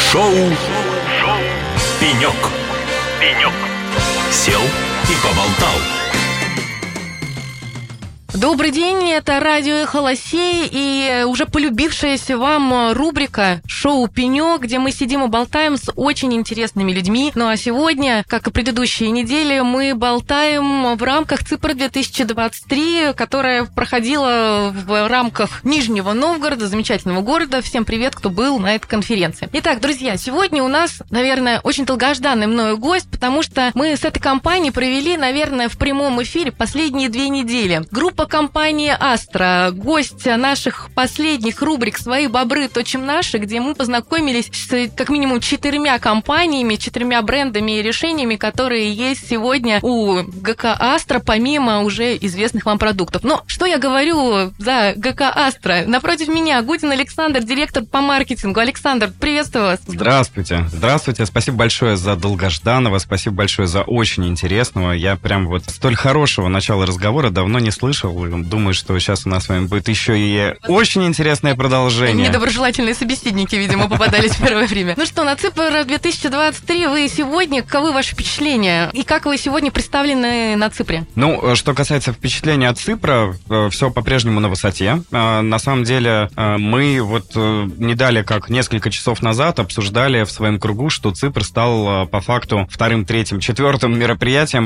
Шоу «Пенек». Сел и поболтал. Добрый день, это радио «Эхо Лосей» и уже полюбившаяся вам рубрика «Шоу «Пенек», где мы сидим и болтаем с очень интересными людьми. Ну а сегодня, как и предыдущие недели, мы болтаем в рамках ЦИПР-2023, которая проходила в рамках Нижнего Новгорода, замечательного города. Всем привет, кто был на этой конференции. Итак, друзья, сегодня у нас, наверное, очень долгожданный мною гость, потому что мы с этой компанией провели, наверное, в прямом эфире последние 2 недели. Группа компании «Астра», гость наших последних рубрик «Свои бобры, точим наши», где мы познакомились с как минимум 4 компаниями, 4 брендами и решениями, которые есть сегодня у ГК «Астра», помимо уже известных вам продуктов. Но что я говорю за ГК «Астра»? Напротив меня Гудин Александр, директор по маркетингу. Александр, приветствую вас. Здравствуйте. Здравствуйте. Спасибо большое за долгожданного, спасибо большое за очень интересного. Я прям вот столь хорошего начала разговора давно не слышал. Думаю, что сейчас у нас с вами будет еще и очень интересное продолжение. Недоброжелательные собеседники, видимо, попадались в первое время. Ну что, на ЦИПР-2023 вы сегодня, каковы ваши впечатления? И как вы сегодня представлены на ЦИПРе? Ну, что касается впечатления от ЦИПРа, все по-прежнему на высоте. На самом деле, мы вот не далее, как несколько часов назад обсуждали в своем кругу, что ЦИПР стал по факту 2-м, 3-м, 4-м мероприятием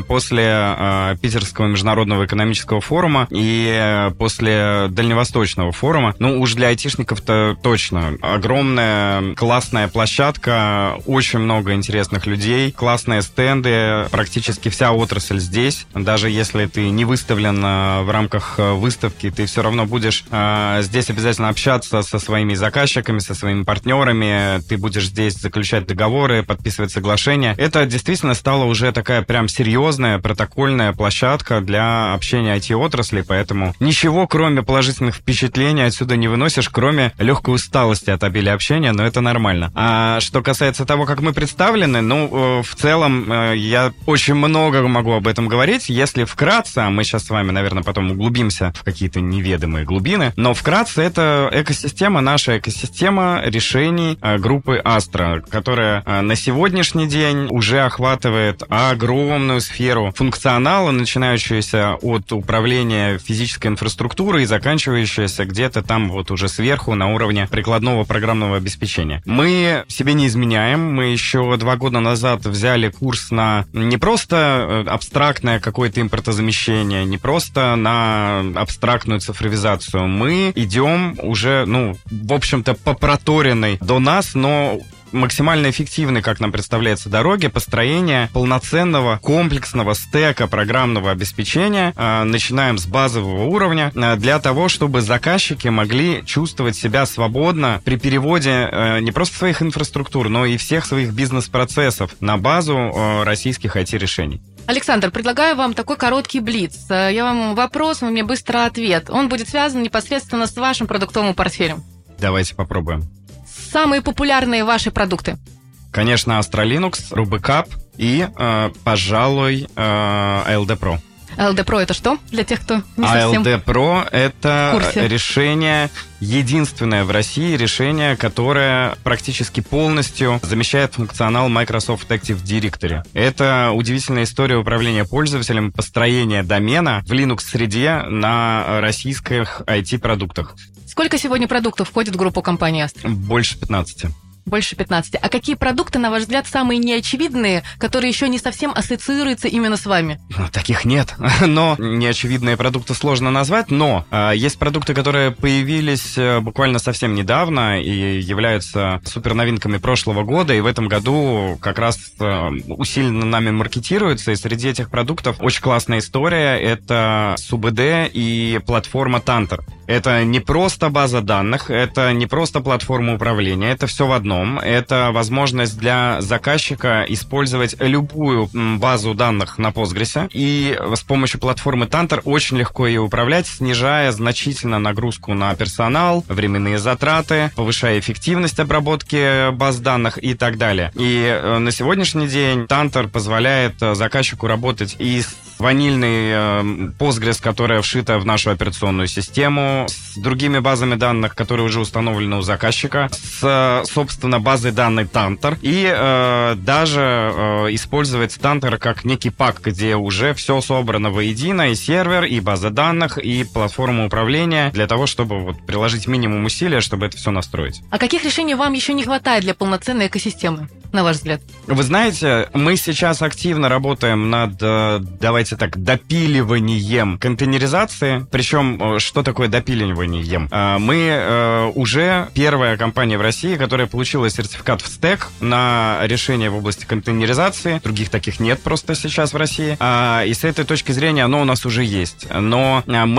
после Питерского международного экономического форума и после Дальневосточного форума. Ну, уж для айтишников-то точно. Огромная, классная площадка, очень много интересных людей, классные стенды, практически вся отрасль здесь. Даже если ты не выставлен в рамках выставки, ты все равно будешь здесь обязательно общаться со своими заказчиками, со своими партнерами, ты будешь здесь заключать договоры, подписывать соглашения. Это действительно стало уже такая прям серьезная протокольная площадка для общения IT-отрасли, поэтому ничего, кроме положительных впечатлений, отсюда не выносишь, кроме легкой усталости от обилия общения, но это нормально. А что касается того, как мы представлены, ну, в целом, я очень много могу об этом говорить. Если вкратце, а мы сейчас с вами, наверное, потом углубимся в какие-то неведомые глубины, но вкратце это экосистема, наша экосистема решений группы Астра, которая на сегодняшний день уже охватывает огромную сферу функционала, начинающуюся от управления физической инфраструктуры и заканчивающаяся где-то там вот уже сверху на уровне прикладного программного обеспечения. Мы себе не изменяем. Мы еще 2 года назад взяли курс на не просто абстрактное какое-то импортозамещение, не просто на абстрактную цифровизацию. Мы идем уже, ну, в общем-то, по проторенной до нас, но максимально эффективны, как нам представляется, дороги построения полноценного комплексного стека программного обеспечения. Начинаем с базового уровня для того, чтобы заказчики могли чувствовать себя свободно при переводе не просто своих инфраструктур, но и всех своих бизнес-процессов на базу российских IT-решений. Александр, предлагаю вам такой короткий блиц. Я вам вопрос, вы мне быстро ответ. Он будет связан непосредственно с вашим продуктовым портфелем. Давайте попробуем. Самые популярные ваши продукты? Конечно, Astra Linux, Rubicap и, пожалуй, ALD Pro. ALD Pro это что? Для тех, кто не совсем ALD Pro это решение, единственное в России решение, которое практически полностью замещает функционал Microsoft Active Directory. Это удивительная история управления пользователем, построения домена в Linux-среде на российских IT-продуктах. Сколько сегодня продуктов входит в группу компании Astra? Больше 15. Больше 15. А какие продукты, на ваш взгляд, самые неочевидные, которые еще не совсем ассоциируются именно с вами? Ну, таких нет. Но неочевидные продукты сложно назвать. Но есть продукты, которые появились буквально совсем недавно и являются суперновинками прошлого года. И в этом году как раз усиленно нами маркетируются. И среди этих продуктов очень классная история. Это СУБД и платформа Tantor. Это не просто база данных, это не просто платформа управления, это все в одном. Это возможность для заказчика использовать любую базу данных на Postgres, и с помощью платформы Tantor очень легко ее управлять, снижая значительно нагрузку на персонал, временные затраты, повышая эффективность обработки баз данных и так далее. И на сегодняшний день Tantor позволяет заказчику работать и с ванильный Postgres, которая вшита в нашу операционную систему, Поэтому с другими базами данных, которые уже установлены у заказчика, с, собственно, базой данных Tantor, и даже использовать Tantor как некий пак, где уже все собрано воедино, и сервер, и база данных, и платформа управления, для того, чтобы вот приложить минимум усилия, чтобы это все настроить. А каких решений вам еще не хватает для полноценной экосистемы, на ваш взгляд? Вы знаете, мы сейчас активно работаем над, давайте так, допиливанием контейнеризации. Причем, что такое допиливанием? Мы уже первая компания в России, которая получила сертификат в стек на решение в области контейнеризации. Других таких нет просто сейчас в России. И с этой точки зрения оно у нас уже есть. Но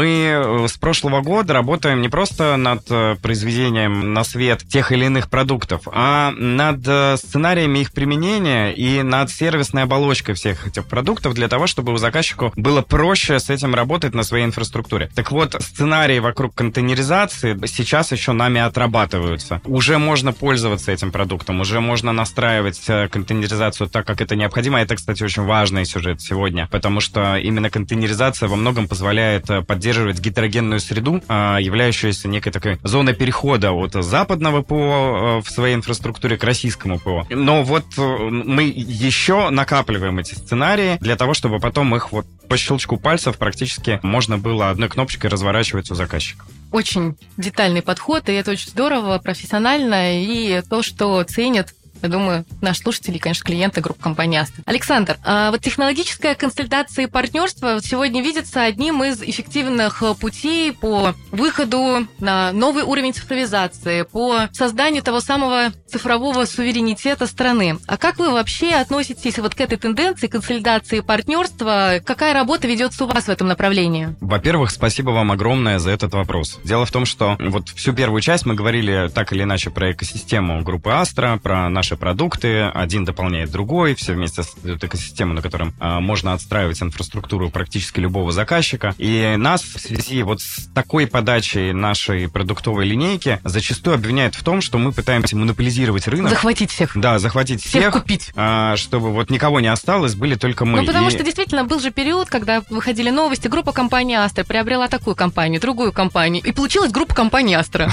мы с прошлого года работаем не просто над произведением на свет тех или иных продуктов, а над сценариями их применения и над сервисной оболочкой всех этих продуктов для того, чтобы у заказчика было проще с этим работать на своей инфраструктуре. Так вот, сценарии вокруг контейнеризации сейчас еще нами отрабатываются. Уже можно пользоваться этим продуктом, уже можно настраивать контейнеризацию так, как это необходимо. Это, кстати, очень важный сюжет сегодня, потому что именно контейнеризация во многом позволяет поддерживать гетерогенную среду, являющуюся некой такой зоной перехода от западного ПО в своей инфраструктуре к российскому ПО. Но вот мы еще накапливаем эти сценарии для того, чтобы потом их вот по щелчку пальцев практически можно было одной кнопочкой разворачивать у заказчика. Очень детальный подход, и это очень здорово, профессионально, и то, что ценят, я думаю, наши слушатели и, конечно, клиенты группы компании Astra. Александр, вот технологическая консультация и партнерство сегодня видится одним из эффективных путей по выходу на новый уровень цифровизации, по созданию того самого цифрового суверенитета страны. А как вы вообще относитесь вот к этой тенденции консолидации и партнерства? Какая работа ведется у вас в этом направлении? Во-первых, спасибо вам огромное за этот вопрос. Дело в том, что вот всю первую часть мы говорили так или иначе про экосистему группы Astra, про наши продукты, один дополняет другой, все вместе создают экосистему, на котором можно отстраивать инфраструктуру практически любого заказчика. И нас в связи вот с такой подачей нашей продуктовой линейки зачастую обвиняют в том, что мы пытаемся монополизировать рынок. Захватить всех. Да, захватить всех. Купить. Чтобы вот никого не осталось, были только мы. Ну, потому что действительно был же период, когда выходили новости, группа компании Astra приобрела такую компанию, другую компанию, и получилась группа компании Astra.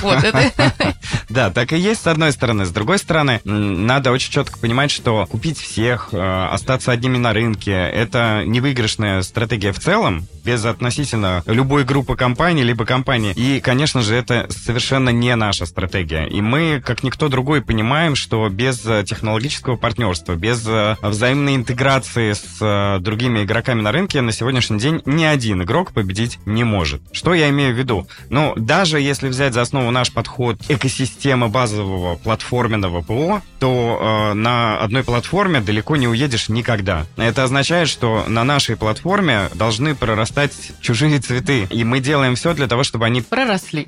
Да, так и есть с одной стороны. С другой стороны, надо очень четко понимать, что купить всех, остаться одними на рынке, это невыигрышная стратегия в целом, без относительно любой группы компаний, либо компании. И, конечно же, это совершенно не наша стратегия. И мы, как никто другой, понимаем, что без технологического партнерства, без взаимной интеграции с другими игроками на рынке на сегодняшний день ни один игрок победить не может. Что я имею в виду? Ну, даже если взять за основу наш подход экосистемы базового платформенного ПО, то на одной платформе далеко не уедешь никогда. Это означает, что на нашей платформе должны прорастать чужие цветы. И мы делаем все для того, чтобы они выросли,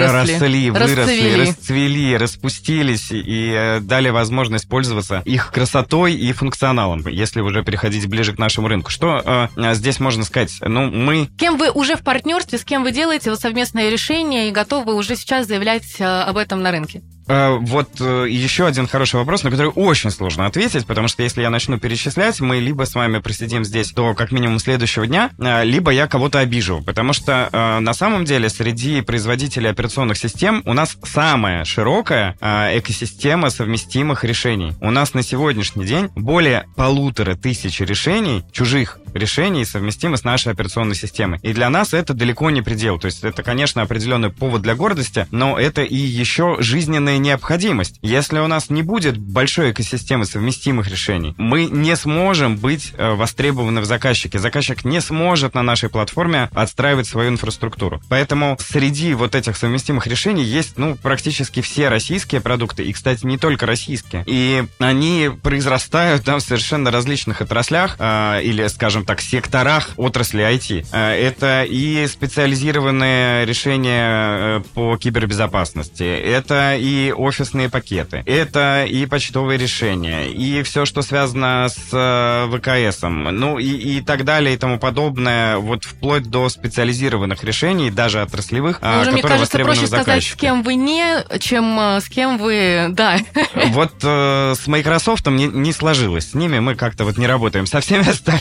расцвели, распустились и дали возможность пользоваться их красотой и функционалом, если уже переходить ближе к нашему рынку. Что здесь можно сказать? Ну, мы... Кем вы уже в партнерстве, с кем вы делаете вот совместное решение и готовы уже сейчас заявлять об этом на рынке? Вот еще один хороший вопрос, на который очень сложно ответить, потому что если я начну перечислять, мы либо с вами просидим здесь до как минимум следующего дня, либо я кого-то обижу, потому что на самом деле среди производителей операционных систем у нас самая широкая экосистема совместимых решений. У нас на сегодняшний день более 1500 решений, чужих решений, совместимы с нашей операционной системой. И для нас это далеко не предел. То есть это, конечно, определенный повод для гордости, но это и еще жизненная необходимость. Если у нас не будет большой экосистемы совместимых решений, мы не сможем быть востребованы в заказчике. Заказчик не сможет на нашей платформе отстраивать свою инфраструктуру. Поэтому среди вот этих совместимых решений есть, практически все российские продукты, и, кстати, не только российские. И они произрастают там в совершенно различных отраслях или, скажем так, секторах отрасли IT. Это и специализированные решения по кибербезопасности, это и офисные пакеты, это и почтовые решения, и все, что связано с ВКСом, и так далее, и тому подобное, вот вплоть до специализированных решений, даже отраслевых, мне кажется, проще сказать, с кем вы не, чем с кем вы, да. Вот с Microsoft не сложилось. С ними мы как-то вот не работаем. Со всеми остальными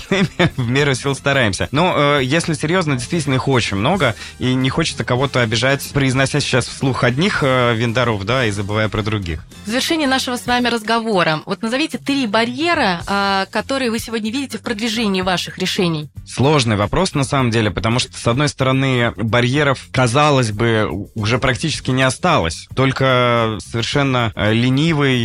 в меру сил стараемся. Но если серьезно, действительно их очень много, и не хочется кого-то обижать, произнося сейчас вслух одних вендоров, да, и забывая про других. В завершении нашего с вами разговора, вот назовите 3 барьера, которые вы сегодня видите в продвижении ваших решений. Сложный вопрос, на самом деле, потому что, с одной стороны, барьеров, казалось бы, уже практически не осталось. Только совершенно ленивый,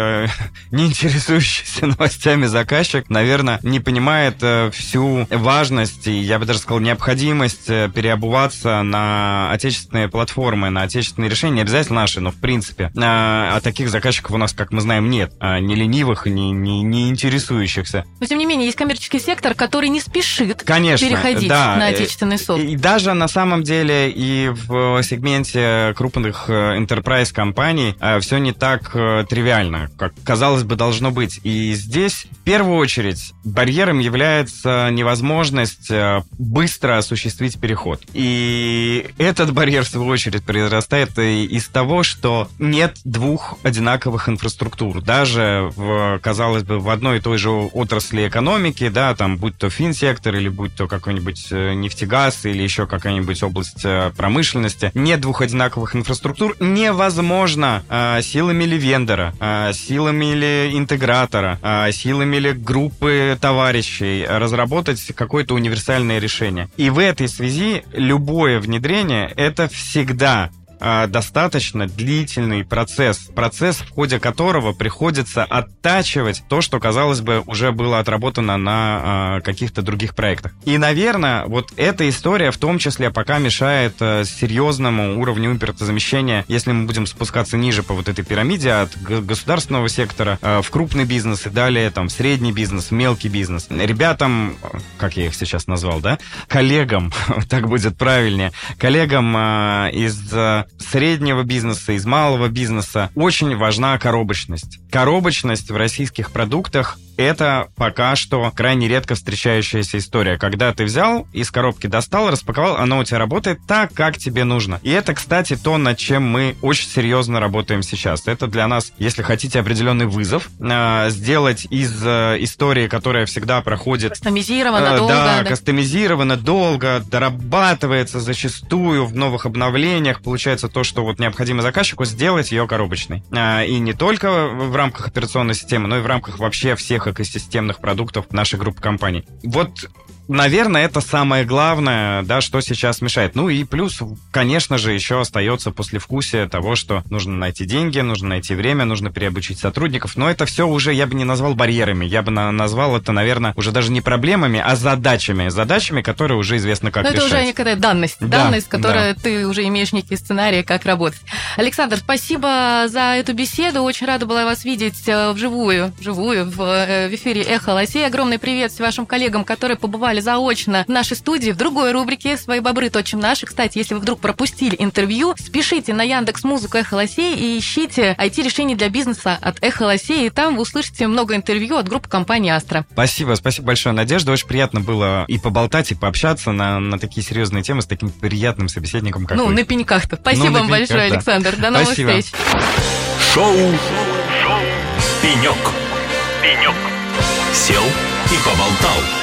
не интересующийся новостями заказчик, наверное, не понимает всю важность и, я бы даже сказал, необходимость переобуваться на отечественные платформы, на отечественные решения, не обязательно наши, но в принципе. А таких заказчиков у нас, как мы знаем, нет. Ни ленивых, ни интересующихся. Но, тем не менее, есть коммерческий сектор, который не спешит Конечно, переходить на отечественный софт. И даже на самом деле и в сегменте крупных enterprise компаний все не так тривиально, как, казалось бы, должно быть. И здесь, в первую очередь, барьером является невозможность быстро осуществить переход. И этот барьер, в свою очередь, произрастает из того, что нет 2 одинаковых инфраструктур. Даже, казалось бы, в одной и той же отрасли экономики, да, там, будь то финсектор или будь то какой-нибудь нефтегаз или еще какая-нибудь область промышленности, нет 2 одинаковых инфраструктур. Невозможно силами ли вендора, силами ли интегратора, силами ли группы товарищей разработать какое-то универсальное решение. И в этой связи любое внедрение — это всегда достаточно длительный процесс, в ходе которого приходится оттачивать то, что, казалось бы, уже было отработано на каких-то других проектах. И, наверное, вот эта история в том числе пока мешает серьезному уровню импортозамещения, если мы будем спускаться ниже по вот этой пирамиде от государственного сектора в крупный бизнес и далее там в средний бизнес, в мелкий бизнес. Ребятам, как я их сейчас назвал, да, коллегам, так будет правильнее, коллегам из среднего бизнеса, из малого бизнеса очень важна коробочность. Коробочность в российских продуктах — это пока что крайне редко встречающаяся история. Когда ты взял, из коробки достал, распаковал, оно у тебя работает так, как тебе нужно. И это, кстати, то, над чем мы очень серьезно работаем сейчас. Это для нас, если хотите, определенный вызов. Сделать из истории, которая всегда проходит... Кастомизировано долго. Да, кастомизировано долго, дорабатывается зачастую в новых обновлениях. Получается то, что вот необходимо заказчику, сделать ее коробочной. И не только в рамках операционной системы, но и в рамках вообще всех экосистемных продуктов нашей группы компаний. Вот, наверное, это самое главное, да, что сейчас мешает. Ну и плюс, конечно же, еще остается послевкусие того, что нужно найти деньги, нужно найти время, нужно переобучить сотрудников. Но это все уже я бы не назвал барьерами. Я бы назвал это, наверное, уже даже не проблемами, а задачами. Задачами, которые уже известно, как решать. Но это уже некая данность. Да, данность, которая ты уже имеешь некий сценарий, как работать. Александр, спасибо за эту беседу. Очень рада была вас видеть вживую в эфире «Эхо Лосей». Огромный привет вашим коллегам, которые побывали заочно в нашей студии в другой рубрике «Свои бобры точим наши». Кстати, если вы вдруг пропустили интервью, спешите на Яндекс.Музыку «Эхо Лосей» и ищите IT-решения для бизнеса от «Эхо Лосей», и там вы услышите много интервью от группы компании «Астра». Спасибо большое, Надежда. Очень приятно было и поболтать, и пообщаться на такие серьезные темы с таким приятным собеседником, как вы. На пеньках-то. Спасибо вам большое, да. Александр. До новых встреч. Шоу «Пенек». Сел и поболтал.